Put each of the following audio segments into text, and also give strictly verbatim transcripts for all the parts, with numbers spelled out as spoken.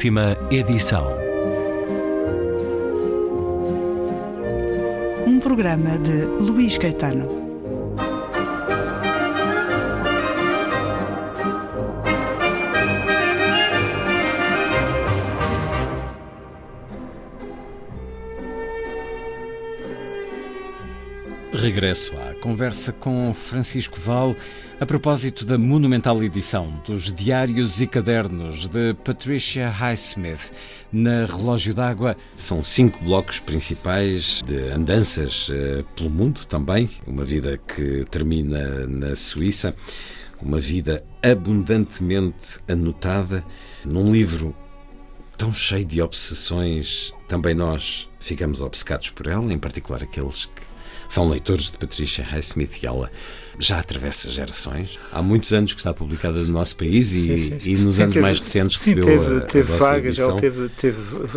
Última edição. Um programa de Luís Caetano. Regresso à conversa com Francisco Val a propósito da monumental edição dos Diários e Cadernos de Patricia Highsmith na Relógio d'Água. São cinco blocos principais de andanças uh, pelo mundo também, uma vida que termina na Suíça, uma vida abundantemente anotada num livro tão cheio de obsessões. Também nós ficamos obcecados por ela, em particular aqueles que são leitores de Patricia Highsmith, e ela já atravessa gerações. Há muitos anos que está publicada no nosso país e, sim, sim. e nos sim, anos teve, mais recentes recebeu sim, teve, a, teve a vagas, edição. Ela teve, teve,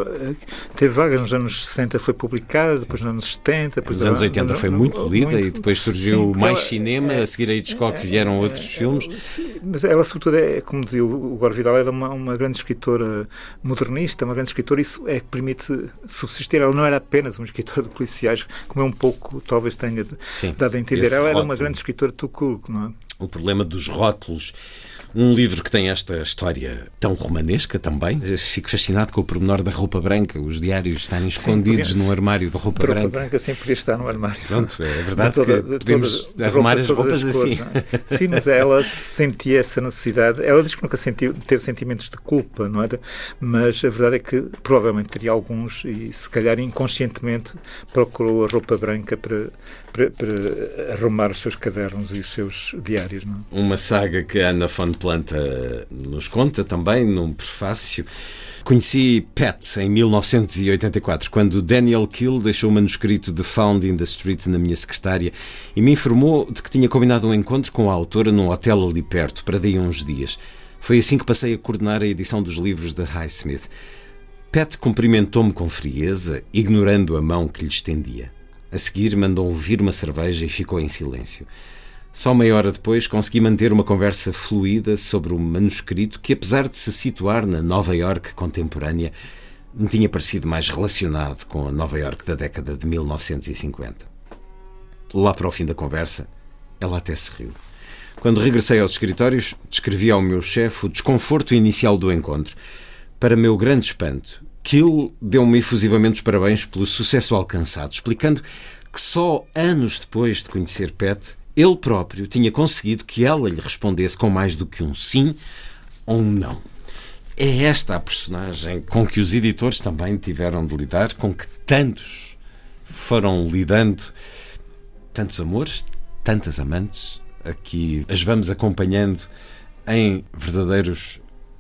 teve vagas nos anos sessenta, foi publicada, depois sim. nos anos setenta. Depois nos anos oitenta no, foi muito no, lida muito, e depois surgiu sim, mais ela, cinema, é, a seguir a Hitchcock é, vieram é, outros é, filmes. Sim, mas ela sobretudo é, como dizia o Gore Vidal, era uma, uma grande escritora modernista, uma grande escritora, isso é que permite subsistir. Ela não era apenas uma escritora de policiais, como é um pouco, talvez tenha sim, dado a entender. Ela rótulo. era uma grande escritora de tout, não é? O problema dos rótulos. Um livro que tem esta história tão romanesca também. Fico fascinado com o pormenor da roupa branca, os diários estarem escondidos sim, num armário de roupa de branca. roupa branca sempre podia estar no armário. Pronto, é verdade toda, que podemos toda, arrumar roupa, as roupas as assim. Cores, é? Sim, mas ela sentia essa necessidade. Ela diz que nunca sentiu, teve sentimentos de culpa, não é? Mas a verdade é que provavelmente teria alguns e se calhar inconscientemente procurou a roupa branca para, para, para arrumar os seus cadernos e os seus diários. Não é? Uma saga que a Anna von Planta nos conta também num prefácio. Conheci Pat em mil novecentos e oitenta e quatro, quando Daniel Keel deixou o manuscrito de Found in the Street na minha secretária e me informou de que tinha combinado um encontro com a autora num hotel ali perto, para daí a uns dias. Foi assim que passei a coordenar a edição dos livros de Highsmith. Pat cumprimentou-me com frieza, ignorando a mão que lhe estendia. A seguir mandou vir uma cerveja e ficou em silêncio. Só meia hora depois consegui manter uma conversa fluida sobre o manuscrito que, apesar de se situar na Nova Iorque contemporânea, me tinha parecido mais relacionado com a Nova Iorque da década de mil novecentos e cinquenta. Lá para o fim da conversa, ela até se riu. Quando regressei aos escritórios, descrevi ao meu chefe o desconforto inicial do encontro. Para meu grande espanto, Keel deu-me efusivamente os parabéns pelo sucesso alcançado, explicando que só anos depois de conhecer Pat, ele próprio tinha conseguido que ela lhe respondesse com mais do que um sim ou um não. É esta a personagem com que os editores também tiveram de lidar, com que tantos foram lidando, tantos amores, tantas amantes. Aqui as vamos acompanhando em verdadeiros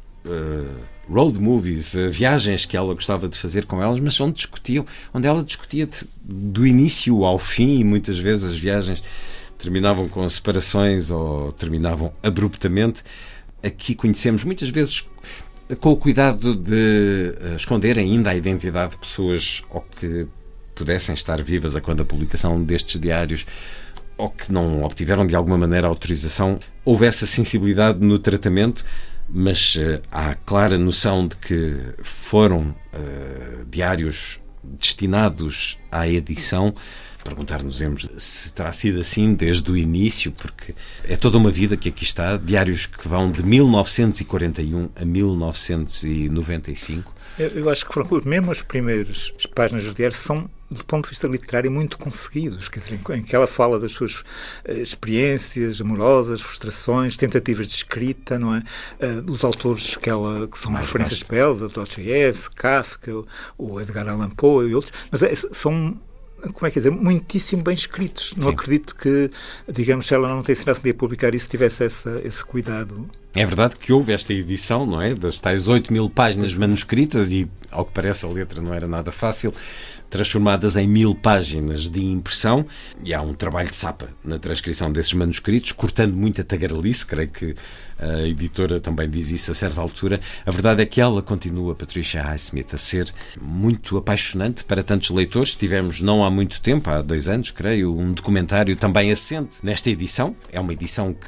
uh, road movies, uh, viagens que ela gostava de fazer com elas, mas onde discutiam, onde ela discutia de, do início ao fim, e muitas vezes as viagens terminavam com separações ou terminavam abruptamente. Aqui conhecemos muitas vezes com o cuidado de esconder ainda a identidade de pessoas ou que pudessem estar vivas a quando a publicação destes diários ou que não obtiveram de alguma maneira autorização. Houve essa sensibilidade no tratamento, mas uh, há clara noção de que foram uh, diários destinados à edição. Perguntar-nos-emos se terá sido assim desde o início, porque é toda uma vida que aqui está, diários que vão de mil novecentos e quarenta e um a mil novecentos e noventa e cinco. Eu, eu acho que foram, mesmo as primeiras páginas dos diários são, do ponto de vista literário, muito conseguidos, quer dizer, em que ela fala das suas uh, experiências amorosas, frustrações, tentativas de escrita, não é? Uh, os autores que ela que são mais referências de Bell, Dostoiévski, Kafka, o, o Edgar Allan Poe e outros, mas é, são, como é que dizer, muitíssimo bem escritos. Não Sim. acredito que, digamos, se ela não tem sido de publicar isso, tivesse essa, esse cuidado. É verdade que houve esta edição, não é? Das tais oito mil páginas manuscritas e, ao que parece, a letra não era nada fácil, transformadas em mil páginas de impressão, e há um trabalho de sapa na transcrição desses manuscritos, cortando muita tagarelice, creio que a editora também diz isso a certa altura. A verdade é que ela continua, Patricia Highsmith, a ser muito apaixonante para tantos leitores. Tivemos, não há muito tempo, há dois anos, creio, um documentário também assente nesta edição. É uma edição que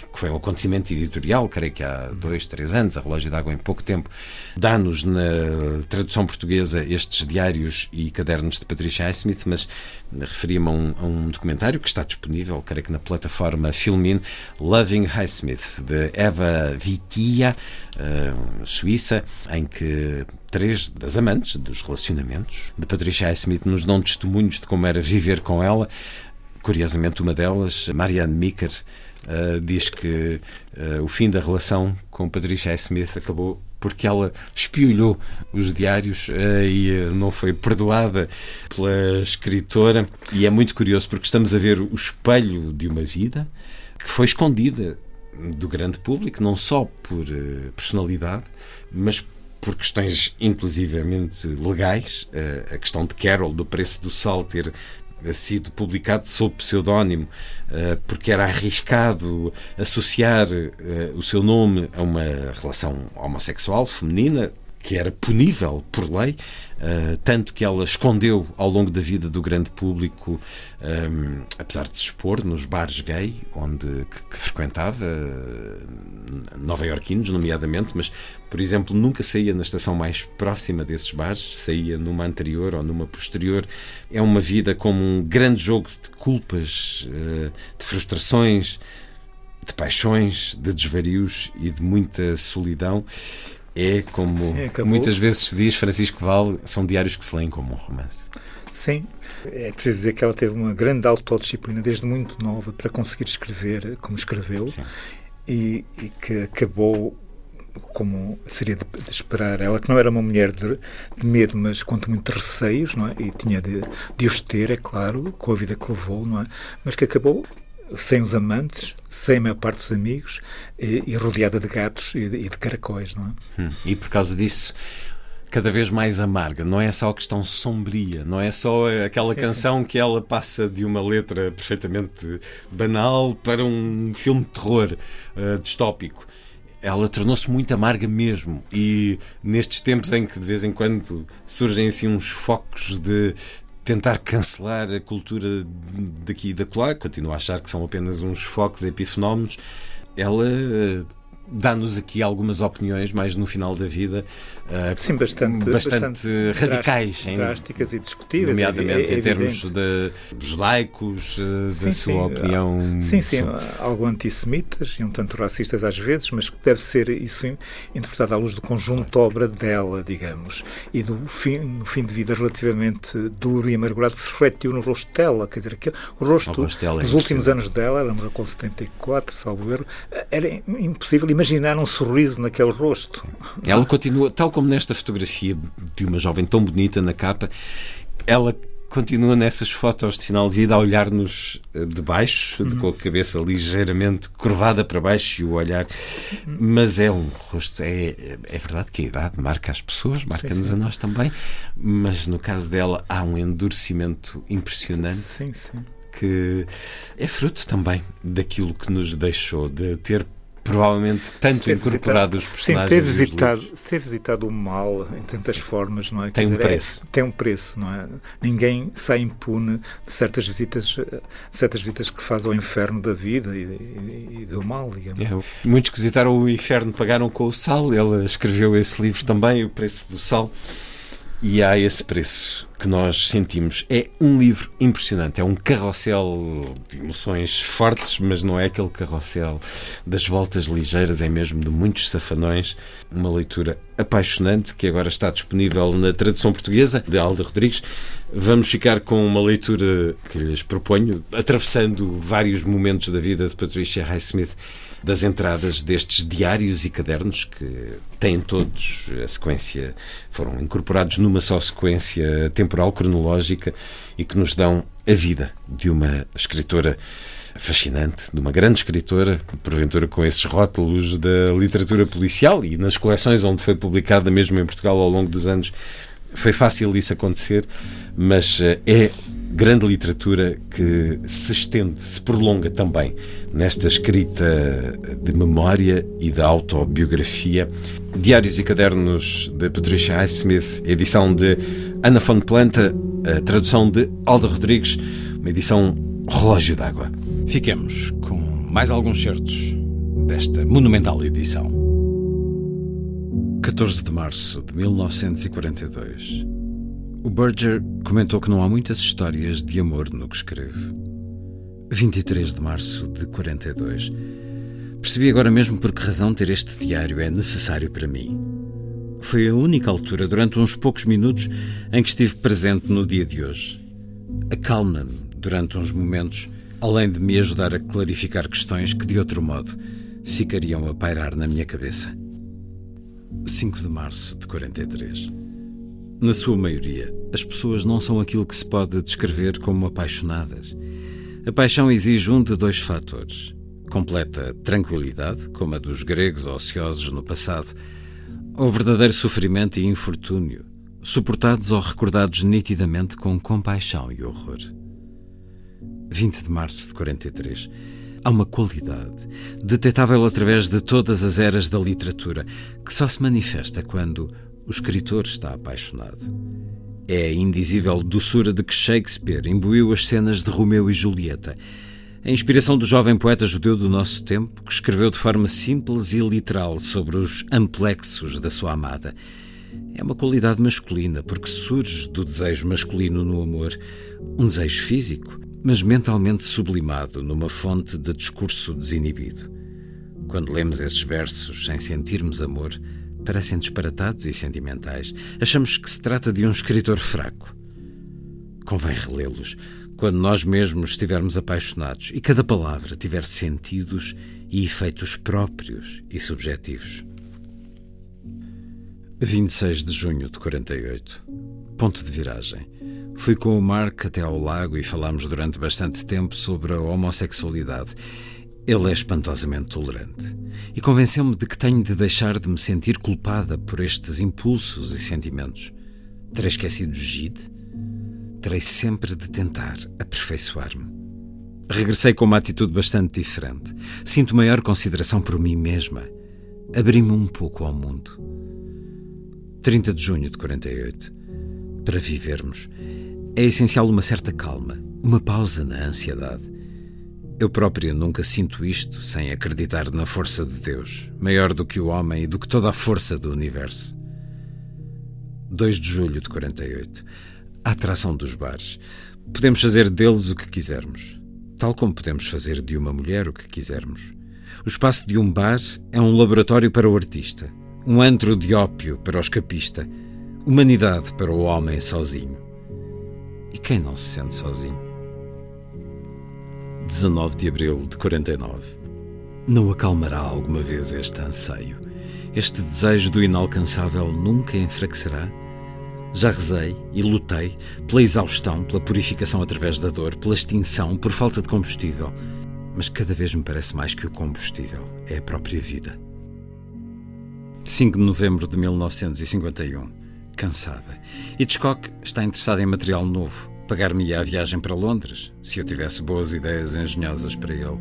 que foi um acontecimento editorial, creio que há dois, três anos, a Relógio d'Água em pouco tempo, dá-nos na tradução portuguesa estes diários e cadernos de Patricia Highsmith, mas referia-me a um, a um documentário que está disponível, creio que na plataforma Filmin, Loving Highsmith, de Eva Vitia, uh, suíça, em que três das amantes dos relacionamentos de Patricia Highsmith nos dão testemunhos de como era viver com ela. Curiosamente, uma delas, Marianne Meeker, uh, diz que uh, o fim da relação com Patricia Highsmith acabou porque ela espiolhou os diários uh, e uh, não foi perdoada pela escritora. E é muito curioso porque estamos a ver o espelho de uma vida que foi escondida do grande público, não só por uh, personalidade, mas por questões inclusivamente legais. Uh, a questão de Carol, do preço do sal ter sido publicado sob pseudónimo, porque era arriscado associar o seu nome a uma relação homossexual feminina, que era punível por lei, uh, tanto que ela escondeu ao longo da vida do grande público, um, apesar de se expor nos bares gay onde, que, que frequentava, uh, nova-iorquinos nomeadamente, mas, por exemplo, nunca saía na estação mais próxima desses bares, saía numa anterior ou numa posterior. É uma vida como um grande jogo de culpas, uh, de frustrações, de paixões, de desvarios e de muita solidão. É como sim, muitas vezes se diz, Francisco Val, são diários que se leem como um romance. Sim, é preciso dizer que ela teve uma grande autodisciplina desde muito nova para conseguir escrever como escreveu e, e que acabou, como seria de, de esperar, ela que não era uma mulher de, de medo, mas quanto muito de receios, não é? E tinha de, de os ter, é claro, com a vida que levou, não é? Mas que acabou sem os amantes, sem a maior parte dos amigos e, e rodeada de gatos e de, e de caracóis, não é? Hum, e por causa disso, cada vez mais amarga. Não é só a questão sombria, não é só aquela sim, canção sim. que ela passa de uma letra perfeitamente banal para um filme de terror uh, distópico. Ela tornou-se muito amarga mesmo, e nestes tempos em que de vez em quando surgem assim uns focos de tentar cancelar a cultura daqui e da lá, continuo a achar que são apenas uns focos epifenómenos, ela dá-nos aqui algumas opiniões mais no final da vida, uh, sim, bastante, bastante, bastante radicais, drásticas e discutíveis, nomeadamente é, é, é em termos de, dos laicos, uh, sim, da sim, sua opinião. Sim, sim, sobre... algo antissemitas e um tanto racistas às vezes, mas que deve ser isso interpretado à luz do conjunto de obra dela, digamos, e do fim, no fim de vida relativamente duro e amargurado que se refletiu no rosto dela, quer dizer, aquele, o rosto, o rosto dela, dos é últimos anos dela, ela morreu com setenta e quatro, salvo erro, era impossível imaginar um sorriso naquele rosto. Ela continua, tal como nesta fotografia de uma jovem tão bonita na capa, ela continua nessas fotos de final de vida a olhar-nos de baixo, uhum. com a cabeça ligeiramente curvada para baixo e o olhar, uhum. mas é um rosto, é, é verdade que a idade marca as pessoas, marca-nos a nós também, mas no caso dela há um endurecimento impressionante. Sim, sim. Que é fruto também daquilo que nos deixou, de ter provavelmente tanto incorporado os personagens. Sim, ter visitado, ter visitado o mal em tantas sim. formas, não é? Tem Quer um dizer, preço. É, tem um preço, não é? Ninguém sai impune de certas visitas, certas visitas que faz ao inferno da vida e, e, e do mal, digamos. É, muitos que visitaram o inferno pagaram com o sal. Ela escreveu esse livro também, O Preço do Sal. E há esse preço que nós sentimos. É um livro impressionante, é um carrossel de emoções fortes, mas não é aquele carrossel das voltas ligeiras, é mesmo de muitos safanões. Uma leitura apaixonante que agora está disponível na tradução portuguesa de Alda Rodrigues. Vamos ficar com uma leitura que lhes proponho, atravessando vários momentos da vida de Patricia Highsmith, das entradas destes diários e cadernos que têm todos a sequência, foram incorporados numa só sequência temporal, cronológica, e que nos dão a vida de uma escritora fascinante, de uma grande escritora, porventura com esses rótulos da literatura policial, e nas coleções onde foi publicada mesmo em Portugal ao longo dos anos foi fácil isso acontecer, mas é grande literatura que se estende, se prolonga também nesta escrita de memória e de autobiografia. Diários e Cadernos de Patricia Highsmith, edição de Ana Fonte Planta, a tradução de Alda Rodrigues, uma edição Relógio d'Água. Fiquemos com mais alguns certos desta monumental edição. catorze de março de mil novecentos e quarenta e dois. O Berger comentou que não há muitas histórias de amor no que escreve. vinte e três de março de quarenta e dois. Percebi agora mesmo por que razão ter este diário é necessário para mim. Foi a única altura, durante uns poucos minutos, em que estive presente no dia de hoje. Acalma-me durante uns momentos, além de me ajudar a clarificar questões que, de outro modo, ficariam a pairar na minha cabeça. cinco de março de quarenta e três. Na sua maioria, as pessoas não são aquilo que se pode descrever como apaixonadas. A paixão exige um de dois fatores: completa tranquilidade, como a dos gregos ociosos no passado, ou verdadeiro sofrimento e infortúnio, suportados ou recordados nitidamente com compaixão e horror. vinte de março de quarenta e três. Há uma qualidade, detetável através de todas as eras da literatura, que só se manifesta quando o escritor está apaixonado. É a indizível doçura de que Shakespeare imbuiu as cenas de Romeu e Julieta, a inspiração do jovem poeta judeu do nosso tempo, que escreveu de forma simples e literal sobre os amplexos da sua amada. É uma qualidade masculina, porque surge do desejo masculino no amor, um desejo físico, mas mentalmente sublimado numa fonte de discurso desinibido. Quando lemos esses versos sem sentirmos amor, parecem disparatados e sentimentais. Achamos que se trata de um escritor fraco. Convém relê-los quando nós mesmos estivermos apaixonados e cada palavra tiver sentidos e efeitos próprios e subjetivos. vinte e seis de junho de quarenta e oito. Ponto de viragem. Fui com o Mark até ao lago e falámos durante bastante tempo sobre a homossexualidade. Ele é espantosamente tolerante e convenceu-me de que tenho de deixar de me sentir culpada por estes impulsos e sentimentos. Terei esquecido Gide? Terei sempre de tentar aperfeiçoar-me. Regressei com uma atitude bastante diferente. Sinto maior consideração por mim mesma. Abri-me um pouco ao mundo. trinta de junho de quarenta e oito. Para vivermos, é essencial uma certa calma, uma pausa na ansiedade. Eu próprio nunca sinto isto sem acreditar na força de Deus, maior do que o homem e do que toda a força do universo. dois de julho de quarenta e oito. A atração dos bares. Podemos fazer deles o que quisermos, tal como podemos fazer de uma mulher o que quisermos. O espaço de um bar é um laboratório para o artista, um antro de ópio para o escapista, humanidade para o homem sozinho. E quem não se sente sozinho? dezanove de abril de quarenta e nove. Não acalmará alguma vez este anseio? Este desejo do inalcançável nunca enfraquecerá? Já rezei e lutei pela exaustão, pela purificação através da dor, pela extinção, por falta de combustível. Mas cada vez me parece mais que o combustível é a própria vida. cinco de novembro de mil novecentos e cinquenta e um. Cansada. Hitchcock está interessado em material novo. Pagar-me-ia a viagem para Londres, se eu tivesse boas ideias engenhosas para ele.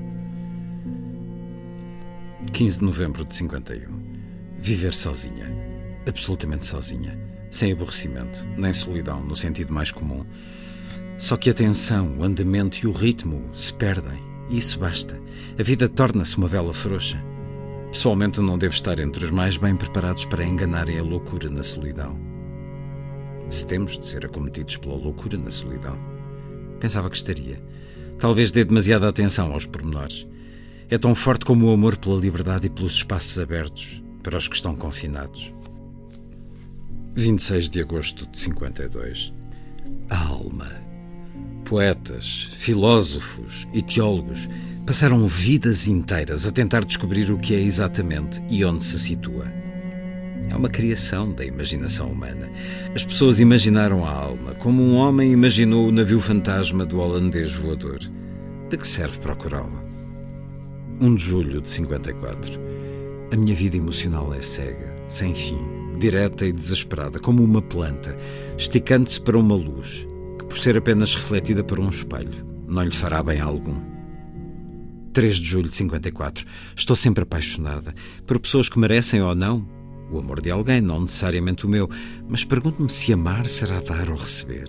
quinze de novembro de cinquenta e um. Viver sozinha. Absolutamente sozinha. Sem aborrecimento, nem solidão, no sentido mais comum. Só que a tensão, o andamento e o ritmo se perdem, e isso basta. A vida torna-se uma vela frouxa. Pessoalmente não devo estar entre os mais bem preparados para enganarem a loucura na solidão. Se temos de ser acometidos pela loucura na solidão, pensava que estaria. Talvez dê demasiada atenção aos pormenores. É tão forte como o amor pela liberdade e pelos espaços abertos para os que estão confinados. vinte e seis de agosto de cinquenta e dois. A alma. Poetas, filósofos e teólogos passaram vidas inteiras a tentar descobrir o que é exatamente e onde se situa. É uma criação da imaginação humana. As pessoas imaginaram a alma como um homem imaginou o navio fantasma do holandês voador. De que serve procurá-la? um de julho de cinquenta e quatro. A minha vida emocional é cega, sem fim, direta e desesperada, como uma planta, esticando-se para uma luz, que por ser apenas refletida por um espelho, não lhe fará bem algum. três de julho de cinquenta e quatro. Estou sempre apaixonada, por pessoas que merecem ou não o amor de alguém, não necessariamente o meu, mas pergunto-me se amar será dar ou receber.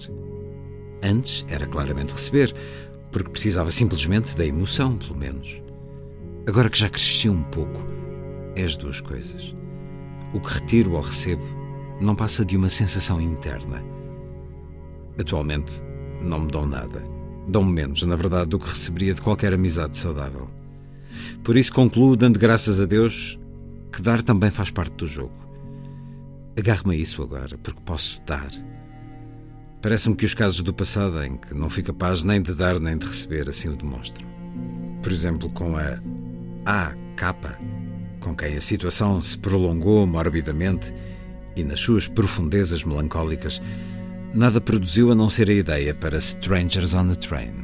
Antes era claramente receber, porque precisava simplesmente da emoção, pelo menos. agora que já cresci um pouco, é as duas coisas. O que retiro ou recebo não passa de uma sensação interna. Atualmente, não me dão nada. Dão-me menos, na verdade, do que receberia de qualquer amizade saudável. Por isso concluo, dando graças a Deus, que dar também faz parte do jogo. Agarro-me a isso agora, porque posso dar. Parece-me que os casos do passado, em que não fui capaz nem de dar nem de receber, assim o demonstram. Por exemplo, com a A K, com quem a situação se prolongou morbidamente e nas suas profundezas melancólicas, nada produziu a não ser a ideia para Strangers on a Train.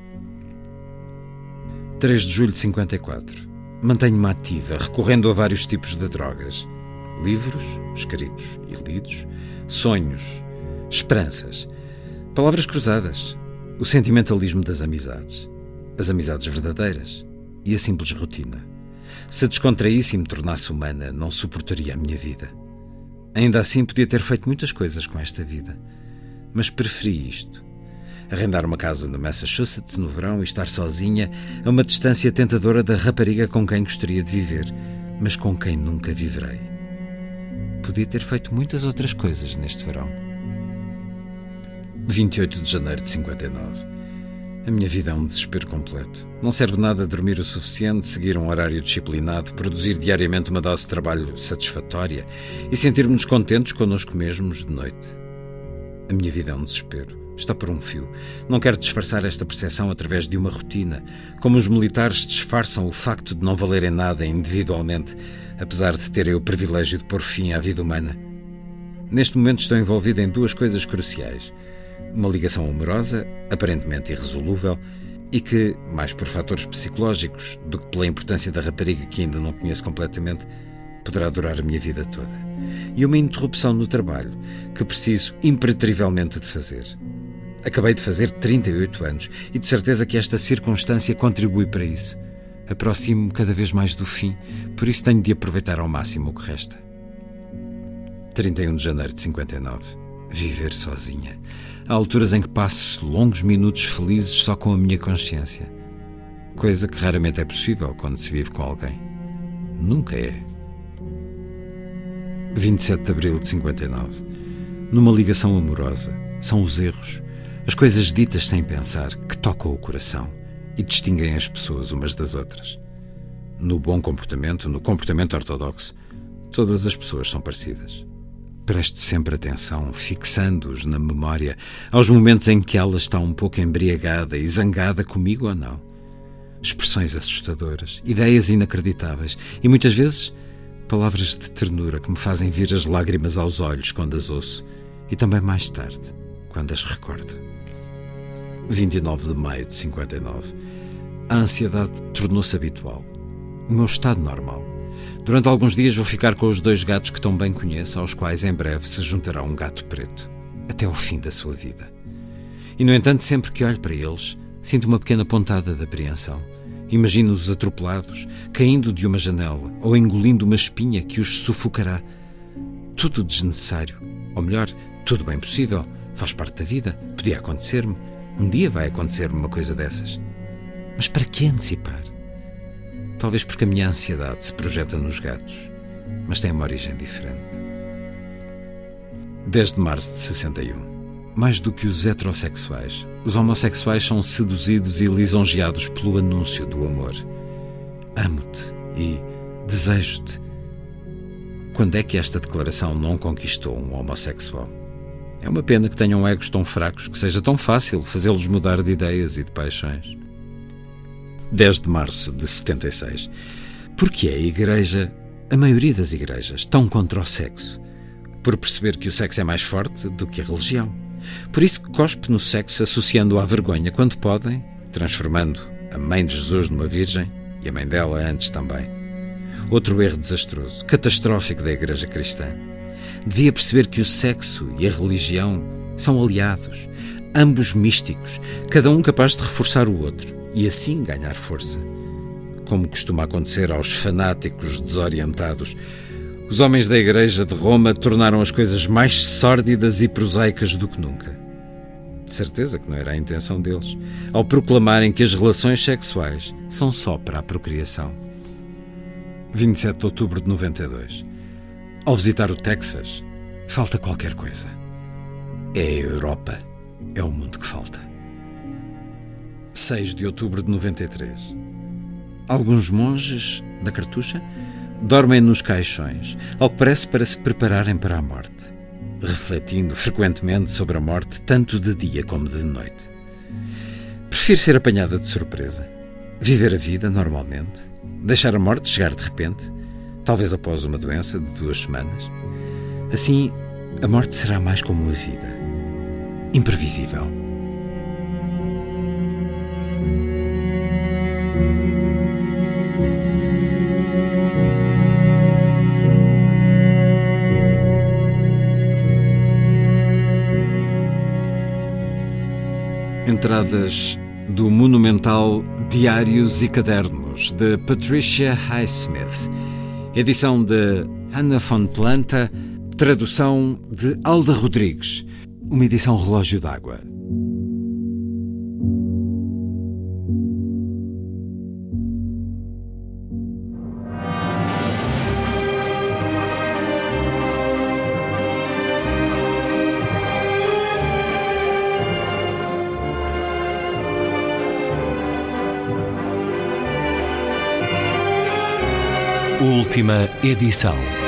três de julho de cinquenta e quatro. Mantenho-me ativa, recorrendo a vários tipos de drogas. Livros, escritos e lidos, sonhos, esperanças, palavras cruzadas, o sentimentalismo das amizades, as amizades verdadeiras e a simples rotina. Se descontraísse e me tornasse humana, não suportaria a minha vida. Ainda assim podia ter feito muitas coisas com esta vida, mas preferi isto. Arrendar uma casa no Massachusetts no verão e estar sozinha a uma distância tentadora da rapariga com quem gostaria de viver, mas com quem nunca viverei. Podia ter feito muitas outras coisas neste verão. vinte e oito de janeiro de cinquenta e nove. A minha vida é um desespero completo. Não serve nada dormir o suficiente, seguir um horário disciplinado, produzir diariamente uma dose de trabalho satisfatória e sentirmos-nos contentes connosco mesmos de noite. A minha vida é um desespero. Está por um fio. Não quero disfarçar esta percepção através de uma rotina, como os militares disfarçam o facto de não valerem nada individualmente, apesar de terem o privilégio de pôr fim à vida humana. Neste momento estou envolvido em duas coisas cruciais. Uma ligação amorosa, aparentemente irresolúvel, e que, mais por fatores psicológicos do que pela importância da rapariga que ainda não conheço completamente, poderá durar a minha vida toda. E uma interrupção no trabalho, que preciso impreterivelmente de fazer. Acabei de fazer trinta e oito anos e de certeza que esta circunstância contribui para isso. Aproximo-me cada vez mais do fim, por isso tenho de aproveitar ao máximo o que resta. trinta e um de janeiro de cinquenta e nove. Viver sozinha. Há alturas em que passo longos minutos felizes só com a minha consciência. Coisa que raramente é possível quando se vive com alguém. Nunca é. vinte e sete de abril de cinquenta e nove. Numa ligação amorosa, são os erros, as coisas ditas sem pensar, que tocam o coração e distinguem as pessoas umas das outras. No bom comportamento, no comportamento ortodoxo, todas as pessoas são parecidas. Preste sempre atenção, fixando-os na memória, aos momentos em que ela está um pouco embriagada e zangada comigo ou não. Expressões assustadoras, ideias inacreditáveis e muitas vezes palavras de ternura que me fazem vir as lágrimas aos olhos quando as ouço e também mais tarde, quando as recordo. vinte e nove de maio de cinquenta e nove. A ansiedade tornou-se habitual. O meu estado normal. Durante alguns dias vou ficar com os dois gatos que tão bem conheço, aos quais em breve se juntará um gato preto, até ao fim da sua vida. E, no entanto, sempre que olho para eles, sinto uma pequena pontada de apreensão. Imagino-os atropelados, caindo de uma janela ou engolindo uma espinha que os sufocará. Tudo desnecessário. Ou melhor, tudo bem possível. Faz parte da vida. Podia acontecer-me. Um dia vai acontecer-me uma coisa dessas. Mas para que antecipar? Talvez porque a minha ansiedade se projeta nos gatos, mas tem uma origem diferente. dez de março de sessenta e um. Mais do que os heterossexuais, os homossexuais são seduzidos e lisonjeados pelo anúncio do amor. Amo-te e desejo-te. Quando é que esta declaração não conquistou um homossexual? É uma pena que tenham egos tão fracos que seja tão fácil fazê-los mudar de ideias e de paixões. dez de março de setenta e seis. Porque é a Igreja, a maioria das igrejas, tão contra o sexo? Por perceber que o sexo é mais forte do que a religião. Por isso cospe no sexo associando-o à vergonha quando podem, transformando a mãe de Jesus numa virgem e a mãe dela antes também. Outro erro desastroso, catastrófico da Igreja cristã. Devia perceber que o sexo e a religião são aliados, ambos místicos, cada um capaz de reforçar o outro e assim ganhar força. Como costuma acontecer aos fanáticos desorientados, os homens da Igreja de Roma tornaram as coisas mais sórdidas e prosaicas do que nunca. De certeza que não era a intenção deles, ao proclamarem que as relações sexuais são só para a procriação. vinte e sete de outubro de noventa e dois. Ao visitar o Texas, falta qualquer coisa. É a Europa, é o mundo que falta. seis de outubro de noventa e três. Alguns monges da Cartucha dormem nos caixões, ao que parece para se prepararem para a morte, refletindo frequentemente sobre a morte, tanto de dia como de noite. Prefiro ser apanhada de surpresa, viver a vida normalmente, deixar a morte chegar de repente, talvez após uma doença de duas semanas. Assim, a morte será mais como a vida, imprevisível. Entradas do monumental Diários e Cadernos, de Patricia Highsmith, edição de Ana von Planta, tradução de Alda Rodrigues, uma edição relógio d'água. Última edição.